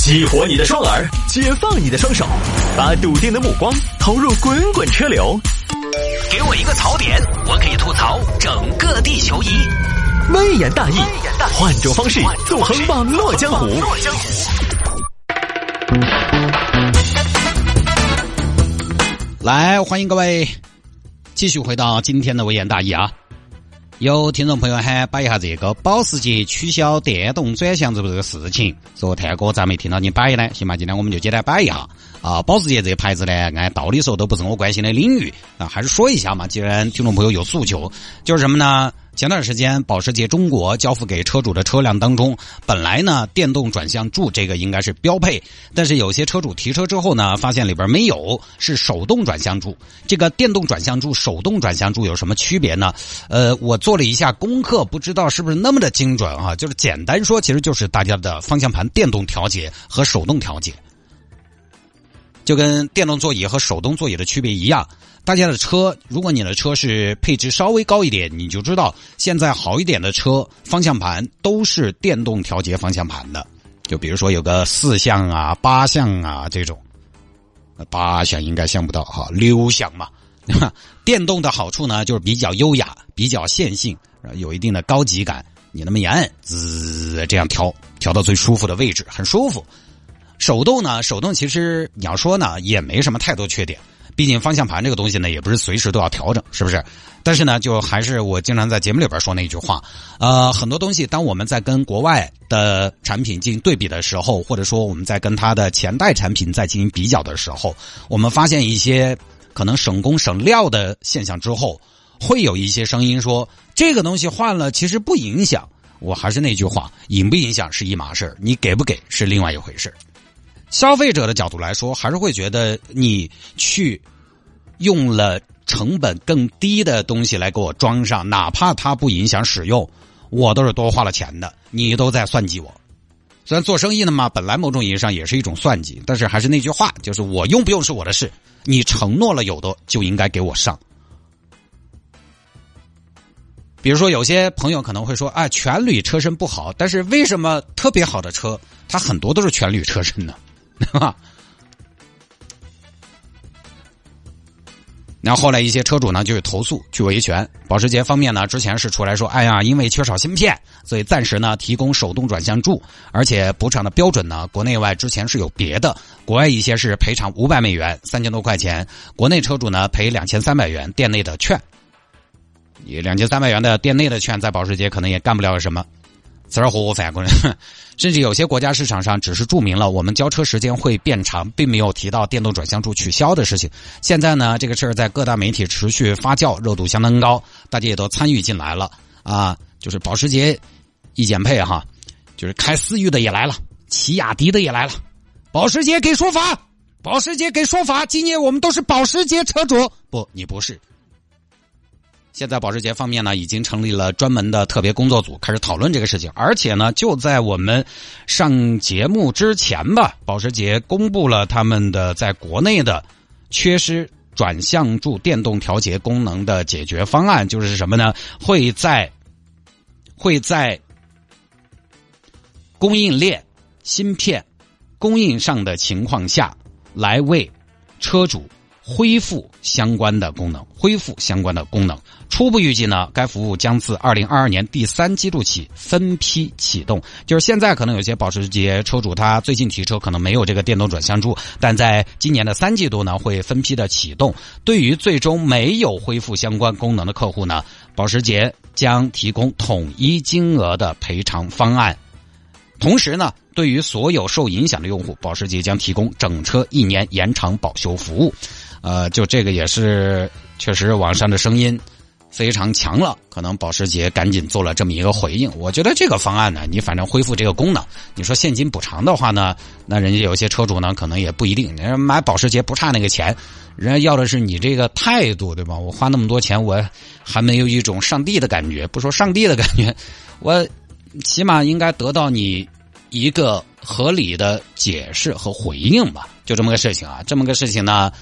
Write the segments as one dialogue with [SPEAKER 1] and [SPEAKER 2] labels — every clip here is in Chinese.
[SPEAKER 1] 激活你的双耳，解放你的双手，把笃定的目光投入滚滚车流。
[SPEAKER 2] 给我一个槽点，我可以吐槽整个地球仪。
[SPEAKER 1] 微言大义，换种方式纵横网络江湖。
[SPEAKER 3] 来，欢迎各位继续回到今天的微言大义啊！有听众朋友还摆一下这个保时捷取消电动转向这个事情，说泰哥咱没听到你摆呢，行吧？今天我们就简单摆一下啊。保时捷这个牌子呢，按道理说都不是我关心的领域啊，还是说一下嘛。既然听众朋友有诉求，就是什么呢？前段时间保时捷中国交付给车主的车辆当中，本来呢电动转向柱这个应该是标配，但是有些车主提车之后呢，发现里边没有，是手动转向柱。这个电动转向柱、手动转向柱有什么区别呢？我做了一下功课，不知道是不是那么的精准啊？就是简单说，其实就是大家的方向盘电动调节和手动调节，就跟电动座椅和手动座椅的区别一样。大家的车，如果你的车是配置稍微高一点，你就知道现在好一点的车方向盘都是电动调节方向盘的。就比如说有个4项啊、8项啊这种，8项应该想不到哈，6项嘛。电动的好处呢，就是比较优雅、比较线性，有一定的高级感。你那么一按，滋，这样调到最舒服的位置，很舒服。手动呢，手动其实你要说呢，也没什么太多缺点。毕竟方向盘这个东西呢，也不是随时都要调整，是不是？但是呢，就还是我经常在节目里边说那句话，很多东西当我们在跟国外的产品进行对比的时候，或者说我们在跟它的前代产品在进行比较的时候，我们发现一些可能省工省料的现象之后，会有一些声音说这个东西换了其实不影响。我还是那句话，影不影响是一码事，你给不给是另外一回事。消费者的角度来说，还是会觉得你去用了成本更低的东西来给我装上，哪怕它不影响使用，我都是多花了钱的，你都在算计我。虽然做生意呢嘛，本来某种意义上也是一种算计，但是还是那句话，就是我用不用是我的事，你承诺了有的就应该给我上。比如说有些朋友可能会说啊，全铝车身不好，但是为什么特别好的车它很多都是全铝车身呢？然后后来一些车主呢就有投诉去维权，保时捷方面呢之前是出来说，哎呀，因为缺少芯片，所以暂时呢提供手动转向柱，而且补偿的标准呢国内外之前是有别的，国外一些是赔偿$500 ，3000多块钱，国内车主呢赔2300元店内的券。也2300元的店内的券在保时捷可能也干不了什么，此而活反过来，甚至有些国家市场上只是注明了我们交车时间会变长，并没有提到电动转向柱取消的事情。现在呢，这个事儿在各大媒体持续发酵，热度相当高，大家也都参与进来了啊。就是保时捷一减配哈，就是开思域的也来了，起亚迪的也来了，保时捷给说法，保时捷给说法，今年我们都是保时捷车主，不，你不是。现在保时捷方面呢，已经成立了专门的特别工作组，开始讨论这个事情。而且呢，就在我们上节目之前吧，保时捷公布了他们的在国内的缺失转向柱电动调节功能的解决方案，就是什么呢？会在供应链芯片供应上的情况下，来为车主恢复相关的功能，初步预计呢，该服务将自2022年第3季度起分批启动。就是现在可能有些保时捷车主他最近提车可能没有这个电动转向柱，但在今年的3季度呢会分批的启动。对于最终没有恢复相关功能的客户呢，保时捷将提供统一金额的赔偿方案。同时呢，对于所有受影响的用户，保时捷将提供整车1年延长保修服务。就这个也是确实网上的声音非常强了，可能保时捷赶紧做了这么一个回应。我觉得这个方案呢，你反正恢复这个功能，你说现金补偿的话呢，那人家有些车主呢可能也不一定，人家买保时捷不差那个钱，人家要的是你这个态度，对吧？我花那么多钱，我还没有一种上帝的感觉，不说上帝的感觉，我起码应该得到你一个合理的解释和回应吧，就这么个事情啊。这么个事情呢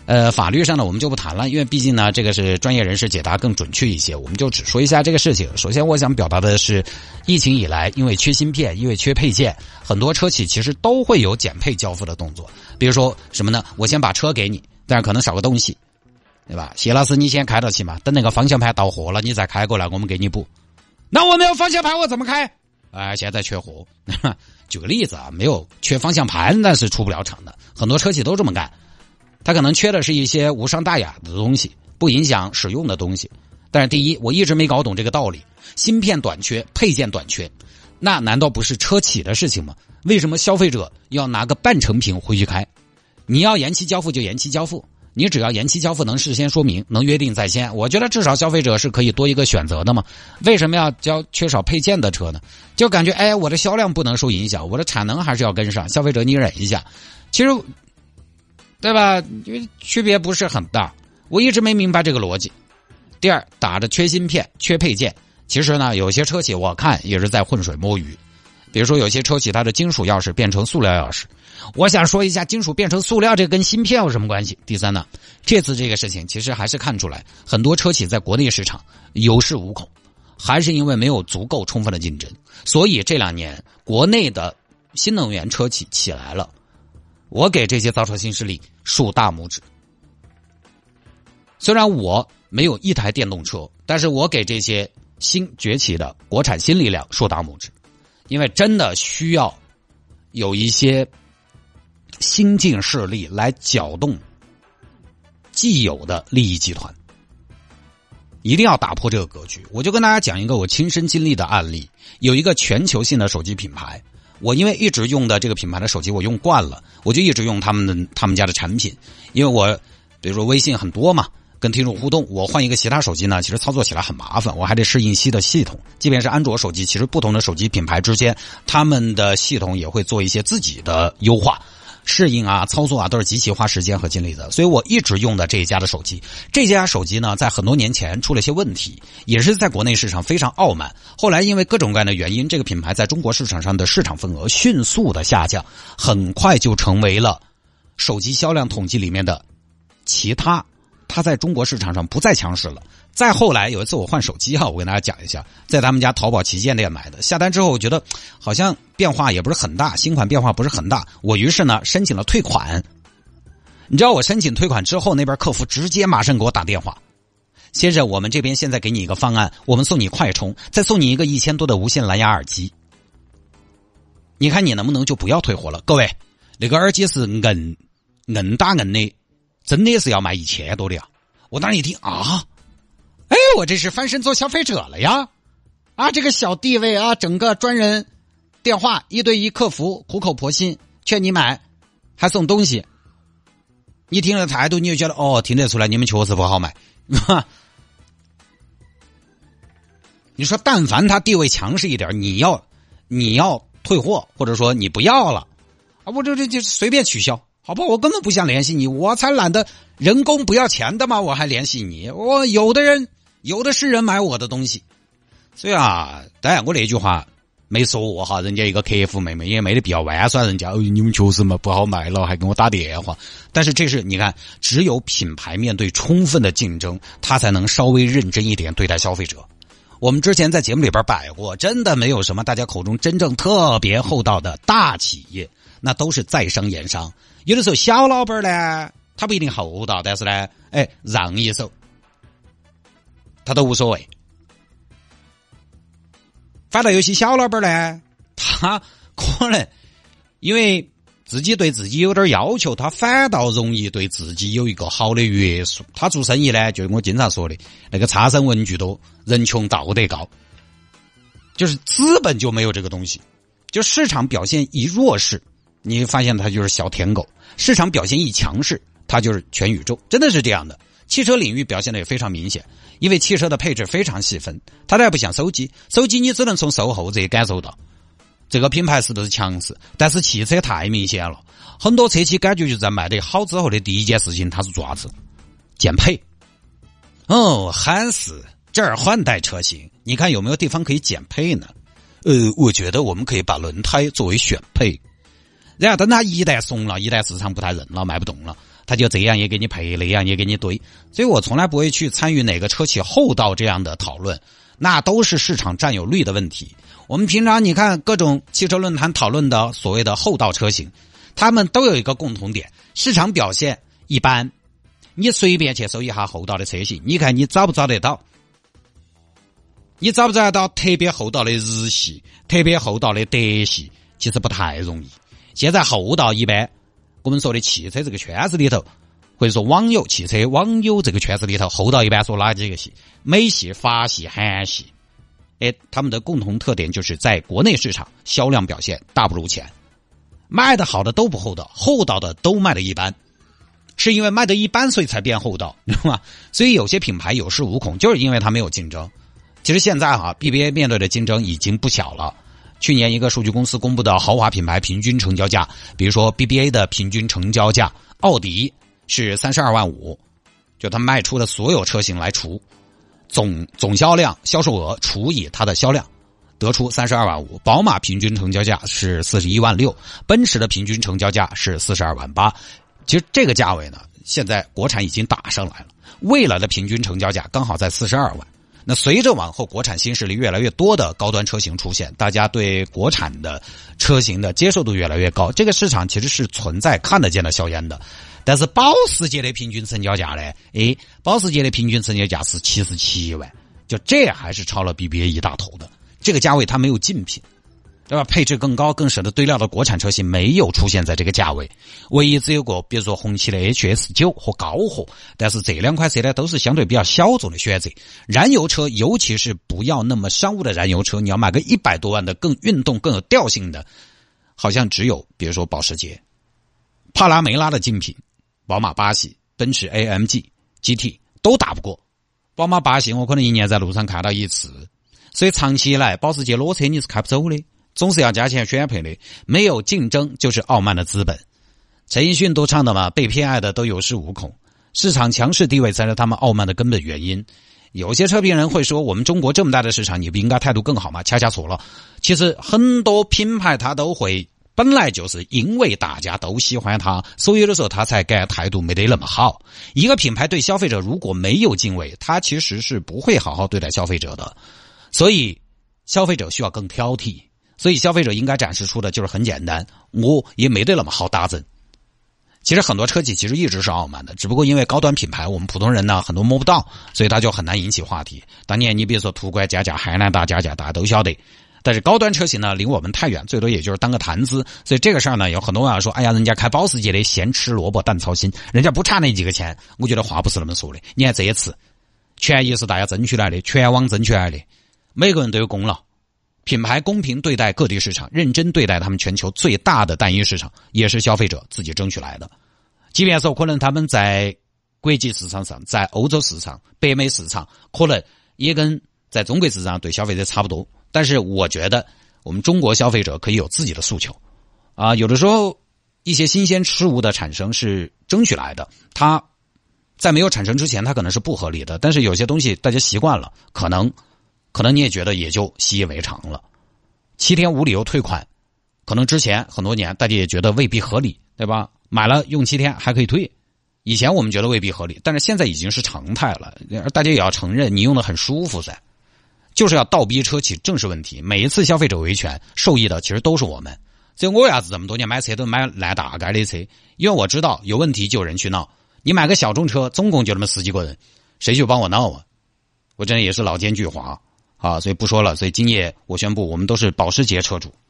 [SPEAKER 3] 法律上呢我们就不谈了，因为毕竟呢这个是专业人士解答更准确一些，我们就只说一下这个事情。首先我想表达的是，疫情以来因为缺芯片，因为缺配件，很多车企其实都会有减配交付的动作。比如说什么呢？我先把车给你，但是可能少个东西，对吧？谢老师你先开得起嘛，等那个方向盘到货了你再开过来我们给你补。那我没有方向盘我怎么开？现在缺货。举个例子啊，没有缺方向盘那是出不了厂的，很多车企都这么干。他可能缺的是一些无伤大雅的东西，不影响使用的东西。但是第一，我一直没搞懂这个道理，芯片短缺，配件短缺，那难道不是车企的事情吗？为什么消费者要拿个半成品回去开？你要延期交付就延期交付，你只要延期交付能事先说明，能约定在先，我觉得至少消费者是可以多一个选择的嘛。为什么要交缺少配件的车呢？就感觉我的销量不能受影响，我的产能还是要跟上，消费者你忍一下。其实对吧？因为区别不是很大，我一直没明白这个逻辑。第二，打着缺芯片、缺配件，其实呢，有些车企我看也是在浑水摸鱼。比如说，有些车企它的金属钥匙变成塑料钥匙，我想说一下，金属变成塑料这跟芯片有什么关系？第三呢，这次这个事情其实还是看出来，很多车企在国内市场有恃无恐，还是因为没有足够充分的竞争，所以这2年国内的新能源车企起来了。我给这些造车新势力竖大拇指。虽然我没有一台电动车，但是我给这些新崛起的国产新力量竖大拇指，因为真的需要有一些新进势力来搅动既有的利益集团，一定要打破这个格局。我就跟大家讲一个我亲身经历的案例，有一个全球性的手机品牌，我因为一直用的这个品牌的手机我用惯了，我就一直用他们家的产品。因为我比如说微信很多嘛，跟听众互动，我换一个其他手机呢，其实操作起来很麻烦，我还得适应新的系统。即便是安卓手机，其实不同的手机品牌之间，他们的系统也会做一些自己的优化。适应啊，操作啊，都是极其花时间和精力的，所以我一直用的这一家的手机。这家手机呢，在很多年前出了一些问题，也是在国内市场非常傲慢。后来因为各种各样的原因，这个品牌在中国市场上的市场份额迅速的下降，很快就成为了手机销量统计里面的其他，它在中国市场上不再强势了。再后来有一次我换手机我跟大家讲一下，在他们家淘宝旗舰店买的，下单之后我觉得好像变化也不是很大，新款变化不是很大，我于是呢申请了退款。你知道我申请退款之后，那边客服直接马上给我打电话，先生，我们这边现在给你一个方案，我们送你快充，再送你一个1000多的无线蓝牙耳机，你看你能不能就不要退货了。各位，那个耳机是硬打硬的，真的是要卖1000多的呀。我当时一听啊，我这是翻身做消费者了呀！这个小地位啊，整个专人电话1对1客服，苦口婆心劝你买，还送东西。你听了态度，你就觉得听得出来你们确实不好买。你说但凡他地位强势一点，你要退货，或者说你不要了我这随便取消，好吧？我根本不想联系你，我才懒得人工不要钱的嘛，我还联系你？我有的是人买我的东西。所以当然我那句话没说我人家一个客服妹妹也没得必要弯酸人家，你们确实嘛不好卖了，还跟我打电话。但是这是你看，只有品牌面对充分的竞争，他才能稍微认真一点对待消费者。我们之前在节目里边摆过，真的没有什么大家口中真正特别厚道的大企业，那都是在商言商。有的时候小老板呢，他不一定厚道，但是呢让一手他都无所谓。反倒有些小老板呢，他可能因为自己对自己有点要求，他反倒容易对自己有一个好的约束。他做生意呢，就是我经常说的那个差生文具多，人穷道德高，就是资本就没有这个东西。就市场表现一弱势，你发现它就是小舔狗；市场表现一强势，它就是全宇宙，真的是这样的。汽车领域表现的也非常明显，因为汽车的配置非常细分，它也不像手机你只能从售后这感受到这个品牌是不是强势，但是汽车太明显了，很多车企感觉就在卖得好之后的第一件事情，它是做啥子？减配。汉斯这儿换代车型，你看有没有地方可以减配呢？我觉得我们可以把轮胎作为选配，然后等它一旦松了，一旦市场不太认了，卖不动了， 他就这样也给你配，那样也给你堆，所以我从来不会去参与哪个车企厚道这样的讨论，那都是市场占有率的问题。我们平常你看各种汽车论坛讨论的所谓的厚道车型，他们都有一个共同点，市场表现一般。你随便去搜一下厚道的车型，你看你找不找得到？你找不找得到特别厚道的日系、特别厚道的德系？其实不太容易。现在厚道一般，我们说的汽车这个圈子里头，或者说汽车网友这个圈子里头，厚道一般说哪几个系？美系、法系、韩系。他们的共同特点就是在国内市场销量表现大不如前，卖的好的都不厚道，厚道的都卖的一般。是因为卖的一般，所以才变厚道，知道吗？所以有些品牌有恃无恐，就是因为它没有竞争。其实现在BBA 面对的竞争已经不小了。去年一个数据公司公布的豪华品牌平均成交价，比如说 BBA 的平均成交价，奥迪是32万5，就它卖出的所有车型来除总销量销售额除以它的销量，得出32万5。宝马平均成交价是41万6，奔驰的平均成交价是42万8。其实这个价位呢，现在国产已经打上来了，未来的平均成交价刚好在42万。那随着往后国产新势力越来越多的高端车型出现，大家对国产的车型的接受度越来越高，这个市场其实是存在看得见的硝烟的。但是保时捷的平均成交价呢？保时捷的平均成交价是77万，就这还是超了 BBA 一大头的。这个价位它没有竞品，对吧？配置更高、更舍得堆料的国产车型没有出现在这个价位，唯一只有过比如说红旗的 HS9 和高和，但是这两款车呢都是相对比较小众的选择。燃油车，尤其是不要那么商务的燃油车，你要买个100多万的更运动、更有调性的，好像只有比如说保时捷、帕拉梅拉的竞品，宝马8系、奔驰 AMG、GT 都打不过。宝马8系我可能1年在路上看到一次，所以长期以来保时捷裸车你是开不走的。总是要加钱选配的，没有竞争就是傲慢的资本。陈奕迅都唱的嘛，被偏爱的都有恃无恐，市场强势地位才是他们傲慢的根本原因。有些车评人会说，我们中国这么大的市场，你不应该态度更好吗？恰恰错了。其实很多品牌它都会，本来就是因为大家都喜欢它，所以有的时候它才改态度没得那么好。一个品牌对消费者如果没有敬畏，它其实是不会好好对待消费者的。所以消费者需要更挑剔。所以消费者应该展示出的就是很简单，我也没得那么好打针。其实很多车企其实一直是傲慢的，只不过因为高端品牌我们普通人呢很多摸不到，所以它就很难引起话题。当年你比如说途观加价、汉兰达加价，大家都晓得。但是高端车型呢离我们太远，最多也就是当个谈资。所以这个事儿呢，有很多人说，哎呀，人家开保时捷的先吃萝卜淡操心，人家不差那几个钱。我觉得话不是那么说的。你看这一次，权益是大家争取来的，全网争取来的，每个人都有功劳。品牌公平对待各地市场，认真对待他们全球最大的单一市场，也是消费者自己争取来的。即便说可能他们在国际市场上，在欧洲市场、北美市场，可能也跟在中国市场对消费者差不多，但是我觉得我们中国消费者可以有自己的诉求啊。有的时候一些新鲜事物的产生是争取来的，它在没有产生之前它可能是不合理的，但是有些东西大家习惯了，可能你也觉得也就习以为常了。7天无理由退款，可能之前很多年大家也觉得未必合理，对吧？买了用7天还可以退，以前我们觉得未必合理，但是现在已经是常态了，大家也要承认你用的很舒服噻。就是要倒逼车企正视问题，每一次消费者维权受益的其实都是我们。所以我为啥子这么多年买车都买烂大街的车？因为我知道有问题就有人去闹，你买个小众车总共就那么10几个人，谁去帮我闹啊？我真的也是老奸巨猾啊，所以不说了。所以今夜我宣布，我们都是保时捷车主。